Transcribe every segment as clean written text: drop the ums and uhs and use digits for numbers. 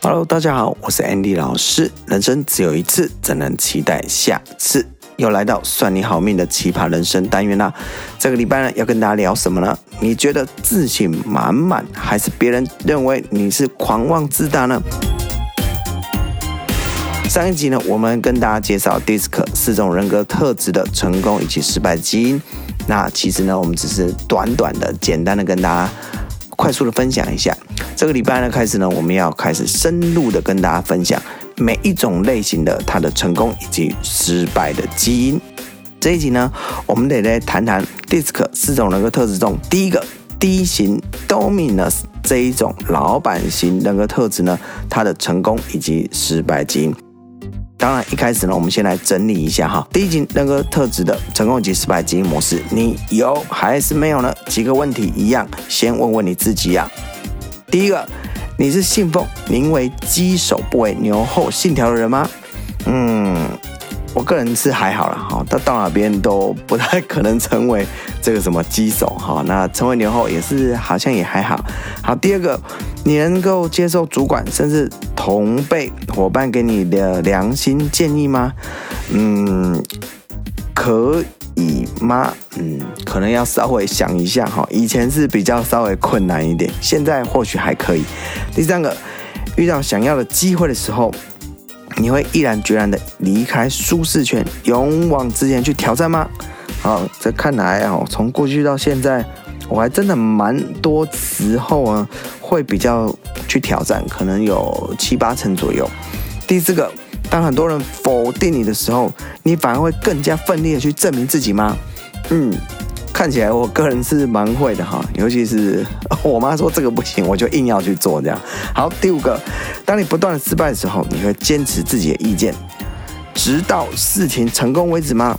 Hello， 大家好，我是 Andy 老师。人生只有一次，怎能期待下次？又来到算你好命的奇葩人生单元啦。这个礼拜呢，要跟大家聊什么呢？你觉得自信满满，还是别人认为你是狂妄自大呢？上一集呢，我们跟大家介绍 DISC 4种人格特质的成功以及失败基因。那其实呢，我们只是短短的、简单的跟大家快速的分享一下。这个礼拜呢开始呢，我们要开始深入的跟大家分享每一种类型的它的成功以及失败的基因。这一集呢，我们得来谈谈 DISC 4种人格特质中第一个 D 型 Dominus 这一种老板型人格特质呢，它的成功以及失败基因。当然，一开始呢，我们先来整理一下哈。第一型人格特质的成功以及失败基因模式，你有还是没有呢？几个问题一样，先问问你自己啊。第一个，你是信奉宁为鸡首不为牛后信条的人吗？我个人是还好啦，到哪边都不太可能成为这个什么鸡首哈，那成为牛后也是好像也还好。好，第二个，你能够接受主管甚至同辈伙伴给你的良心建议吗？可以吗？可能要稍微想一下哈。以前是比较稍微困难一点，现在或许还可以。第三个，遇到想要的机会的时候，你会毅然决然的离开舒适圈，勇往直前去挑战吗？好，这看来从过去到现在，我还真的蛮多时候呢，会比较去挑战，可能有7-8成左右。第四个，当很多人否定你的时候，你反而会更加奋力的去证明自己吗？看起来我个人是蛮会的哈，尤其是我妈说这个不行，我就硬要去做这样。好，第五个，当你不断的失败的时候，你会坚持自己的意见，直到事情成功为止吗？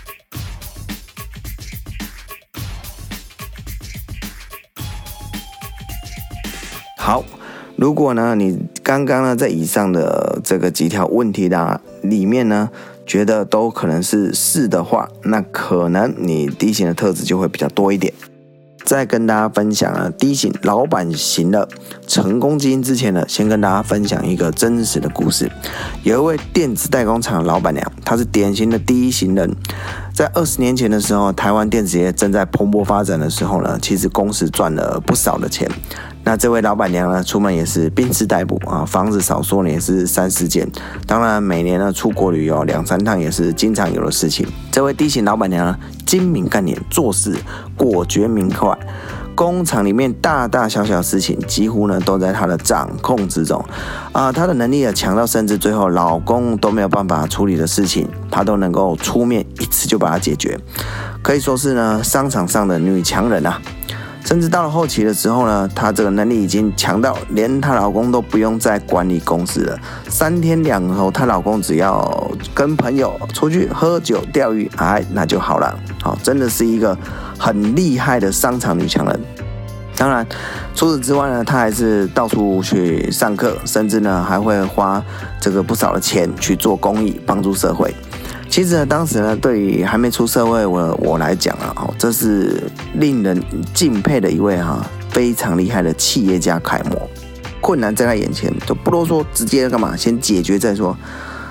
好，如果呢你刚刚呢在以上的这个几条问题里面呢，觉得都可能是的话，那可能你 D 型的特质就会比较多一点。在跟大家分享D 型老板型的成功基因之前呢，先跟大家分享一个真实的故事。有一位电子代工厂的老板娘，她是典型的 D 型人。在20年前的时候，台湾电子业正在蓬勃发展的时候呢，其实公司赚了不少的钱。那这位老板娘呢，出门也是宾至代步啊，房子少说呢也是3-4间。当然，每年呢出国旅游2-3趟也是经常有的事情。这位 D 型老板娘呢，精明干练，做事果决明快。工厂里面大大小小的事情，几乎呢都在她的掌控之中。她的能力强到甚至最后老公都没有办法处理的事情，她都能够出面一次就把它解决，可以说是呢商场上的女强人啊。甚至到了后期的时候呢，她这个能力已经强到连她老公都不用再管理公司了。3天2头，她老公只要跟朋友出去喝酒钓鱼，那就好了。真的是一个很厉害的商场女强人。当然，除此之外呢，她还是到处去上课，甚至呢还会花这个不少的钱去做公益，帮助社会。其实呢，当时呢，对于还没出社会我来讲这是令人敬佩的一位非常厉害的企业家楷模。困难在他眼前，就不啰嗦，直接干嘛？先解决再说。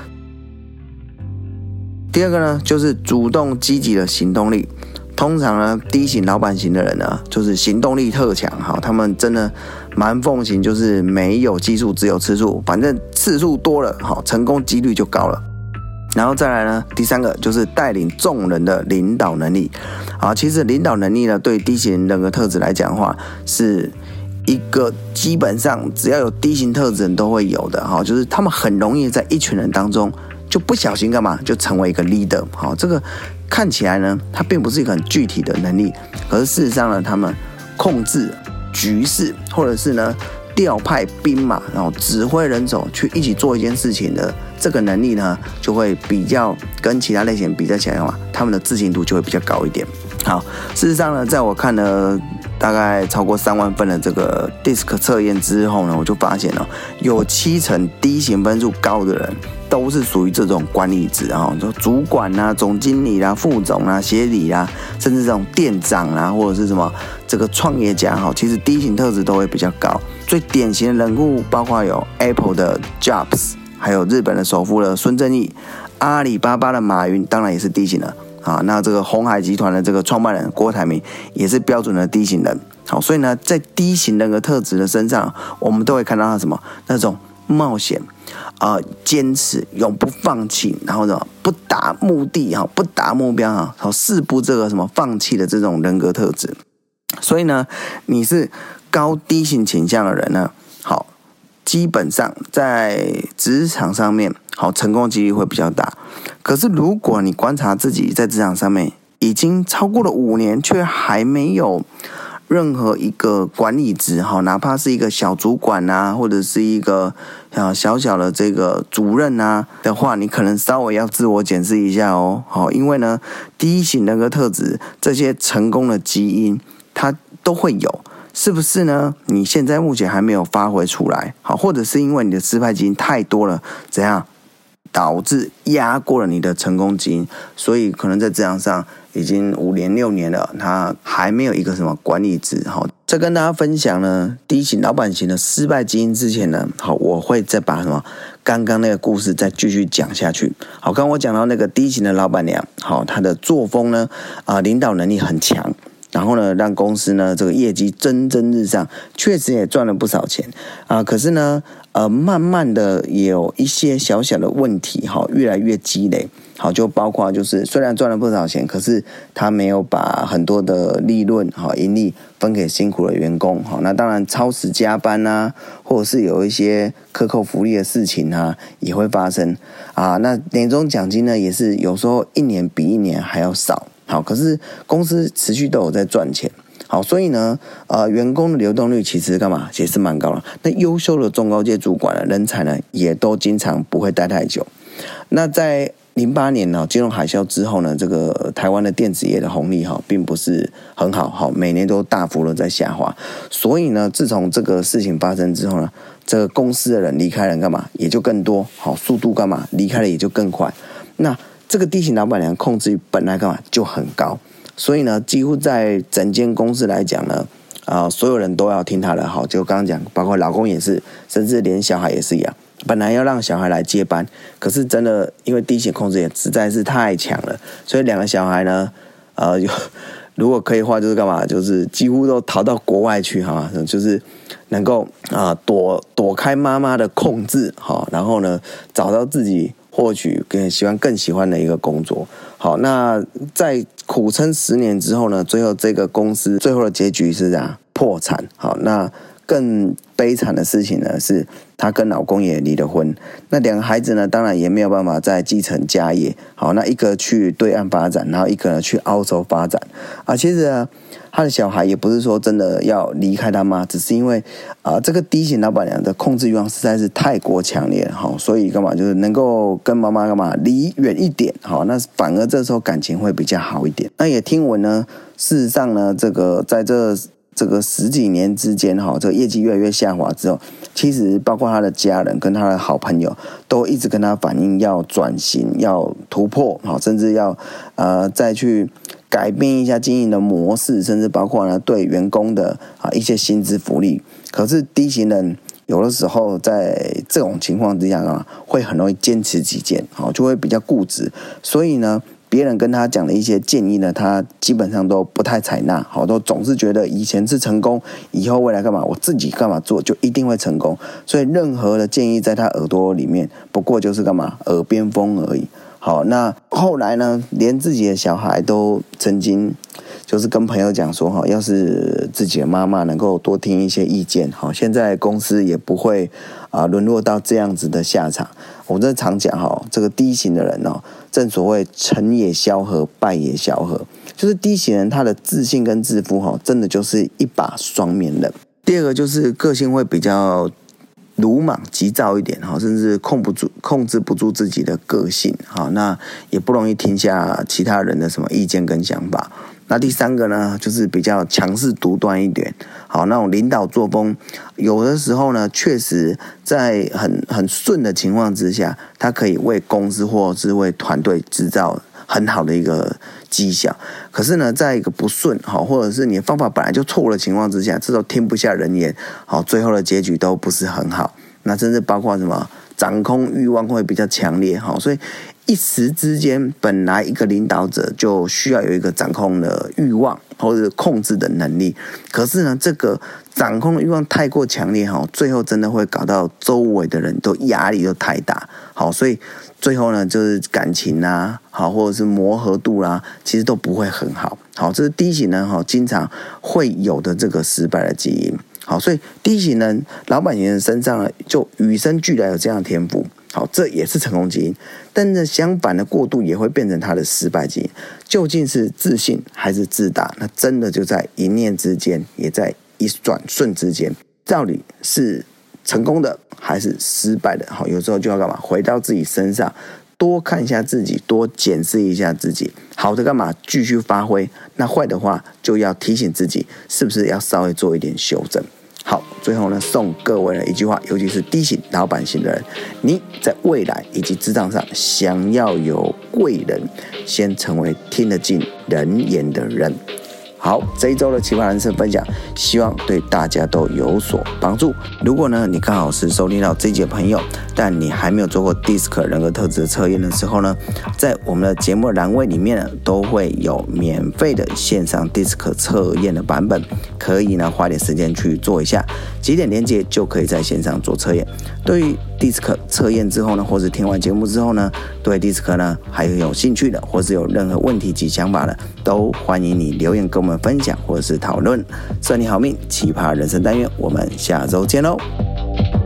第二个呢，就是主动积极的行动力。通常呢 ，D 型老板型的人呢，就是行动力特强他们真的蛮奉行，就是没有技术，只有次数，反正次数多了成功几率就高了。然后再来呢，第三个就是带领众人的领导能力。其实领导能力呢，对 D 型人格特质来讲的话，是一个基本上只要有 D 型特质人都会有的就是他们很容易在一群人当中就不小心干嘛，就成为一个 leader。这个看起来呢，它并不是一个很具体的能力，可是事实上呢，他们控制局势，或者是呢调派兵马，然后指挥人手去一起做一件事情的这个能力呢，就会比较跟其他类型比较起来的话，他们的自信度就会比较高一点。好，事实上呢，在我看了大概超过3万份的这个 DISC 测验之后呢，我就发现有7成 D 型分数高的人都是属于这种管理职就主管总经理副总协理甚至这种店长或者是什么这个创业家其实 D 型特质都会比较高。 最典型的人物包括有 Apple 的 Jobs， 还有日本的首富的孙正义，阿里巴巴的马云，当然也是 D 型人啊。那这个鸿海集团的这个创办人郭台铭也是标准的 D 型人。好，所以呢，在 D 型人格特质的身上，我们都会看到他什么那种冒险坚持，永不放弃，然后呢不达目的不达目标誓不这个什么放弃的这种人格特质。所以呢，你是高 D 型倾向的人呢，好，基本上在职场上面成功几率会比较大。可是如果你观察自己在职场上面已经超过了5年，却还没有任何一个管理职哪怕是一个小主管啊，或者是一个小小的这个主任啊的话，你可能稍微要自我检视一下哦。因为呢 D 型人格特质这些成功的基因它都会有，是不是呢？你现在目前还没有发挥出来，或者是因为你的失败基因太多了，怎样导致压过了你的成功基因，所以可能在职场上已经5年6年了，他还没有一个什么管理职。在跟大家分享呢 D 型老板型的失败基因之前呢，我会再把什么刚刚那个故事再继续讲下去。刚刚我讲到那个 D 型的老板娘，她的作风呢领导能力很强，然后呢让公司呢这个业绩蒸蒸日上，确实也赚了不少钱可是呢慢慢的也有一些小小的问题越来越积累。就包括就是虽然赚了不少钱，可是他没有把很多的利润盈利分给辛苦的员工那当然超时加班啊，或者是有一些克扣福利的事情也会发生那年终奖金呢也是有时候1年比1年还要少可是公司持续都有在赚钱所以呢员工的流动率其实干嘛也是蛮高的。那优秀的中高阶主管人才呢也都经常不会待太久。那在08年金融海啸之后呢，这个台湾的电子业的红利并不是很好每年都大幅的在下滑。所以呢，自从这个事情发生之后呢，这个公司的人离开人干嘛也就更多速度干嘛离开的也就更快。那这个 D 型老板娘控制欲本来干嘛就很高，所以呢，几乎在整间公司来讲呢所有人都要听她的就刚刚讲，包括老公也是，甚至连小孩也是一样。本来要让小孩来接班，可是真的因为 D 型控制也实在是太强了，所以2个小孩呢如果可以的话就是干嘛，就是几乎都逃到国外去就是能够躲开妈妈的控制然后呢找到自己获取更喜欢的一个工作。那在苦撑10年之后呢，最后这个公司最后的结局是破产。那更悲惨的事情呢是她跟老公也离了婚，那2个孩子呢当然也没有办法再继承家业。那一个去对岸发展，然后一个呢去澳洲发展其实呢他的小孩也不是说真的要离开他妈，只是因为这个 D 型老板娘的控制欲望实在是太过强烈了所以干嘛就是能够跟妈妈干嘛离远一点那反而这时候感情会比较好一点。那也听闻呢，事实上呢这个在这个10几年之间这个业绩越来越下滑之后，其实包括他的家人跟他的好朋友都一直跟他反映要转型要突破甚至要再去改变一下经营的模式，甚至包括呢对员工的一些薪资福利。可是 D 型人有的时候在这种情况之下会很容易坚持己见就会比较固执，所以呢别人跟他讲的一些建议呢，他基本上都不太采纳都总是觉得以前是成功，以后未来干嘛我自己干嘛做就一定会成功，所以任何的建议在他耳朵里面不过就是干嘛耳边风而已。那后来呢连自己的小孩都曾经就是跟朋友讲说要是自己的妈妈能够多听一些意见现在公司也不会沦落到这样子的下场。我真的常讲这个 D 型的人正所谓成也萧何，败也萧何，就是 D 型人他的自信跟自负真的就是一把双面刃。第二个就是个性会比较鲁莽急躁一点甚至控制不住自己的个性那也不容易听下其他人的什么意见跟想法。那第3个呢就是比较强势独断一点那种领导作风有的时候呢确实在很顺的情况之下，他可以为公司或是为团队制造很好的一个绩效。可是呢，在一个不顺或者是你的方法本来就错误的情况之下，这时候听不下人言，最后的结局都不是很好。那甚至包括什么掌控欲望会比较强烈，所以一时之间，本来一个领导者就需要有一个掌控的欲望或者控制的能力，可是呢，这个掌控的欲望太过强烈，最后真的会搞到周围的人都压力都太大，所以最后呢，就是感情啊，或者是磨合度啦，其实都不会很好。这是D型人经常会有的这个失败的基因。所以D型人、老板型人身上呢，就与生俱来有这样的天赋。这也是成功基因，但是相反的过度也会变成他的失败基因。究竟是自信还是自大？那真的就在一念之间，也在一转瞬之间。到底是成功的还是失败的？有时候就要干嘛？回到自己身上，多看一下自己，多检视一下自己。好的干嘛？继续发挥。那坏的话，就要提醒自己，是不是要稍微做一点修正。好，最后呢，送各位一句话，尤其是D型老板型的人，你在未来以及职场上想要有贵人，先成为听得进人言的人。好，这一周的奇葩人生分享，希望对大家都有所帮助。如果呢，你刚好是收听到这一集的朋友，但你还没有做过 DISC 人格特质的测验的时候呢，在我们的节目栏位里面呢，都会有免费的线上 DISC 测验的版本，可以呢花点时间去做一下，几点连结就可以在线上做测验。对于 DISC 测验之后呢，或是听完节目之后呢，对 DISC 呢还有兴趣的，或是有任何问题及想法的，都欢迎你留言跟我们分享或者是讨论。算你好命，奇葩人生单元，我们下周见喽。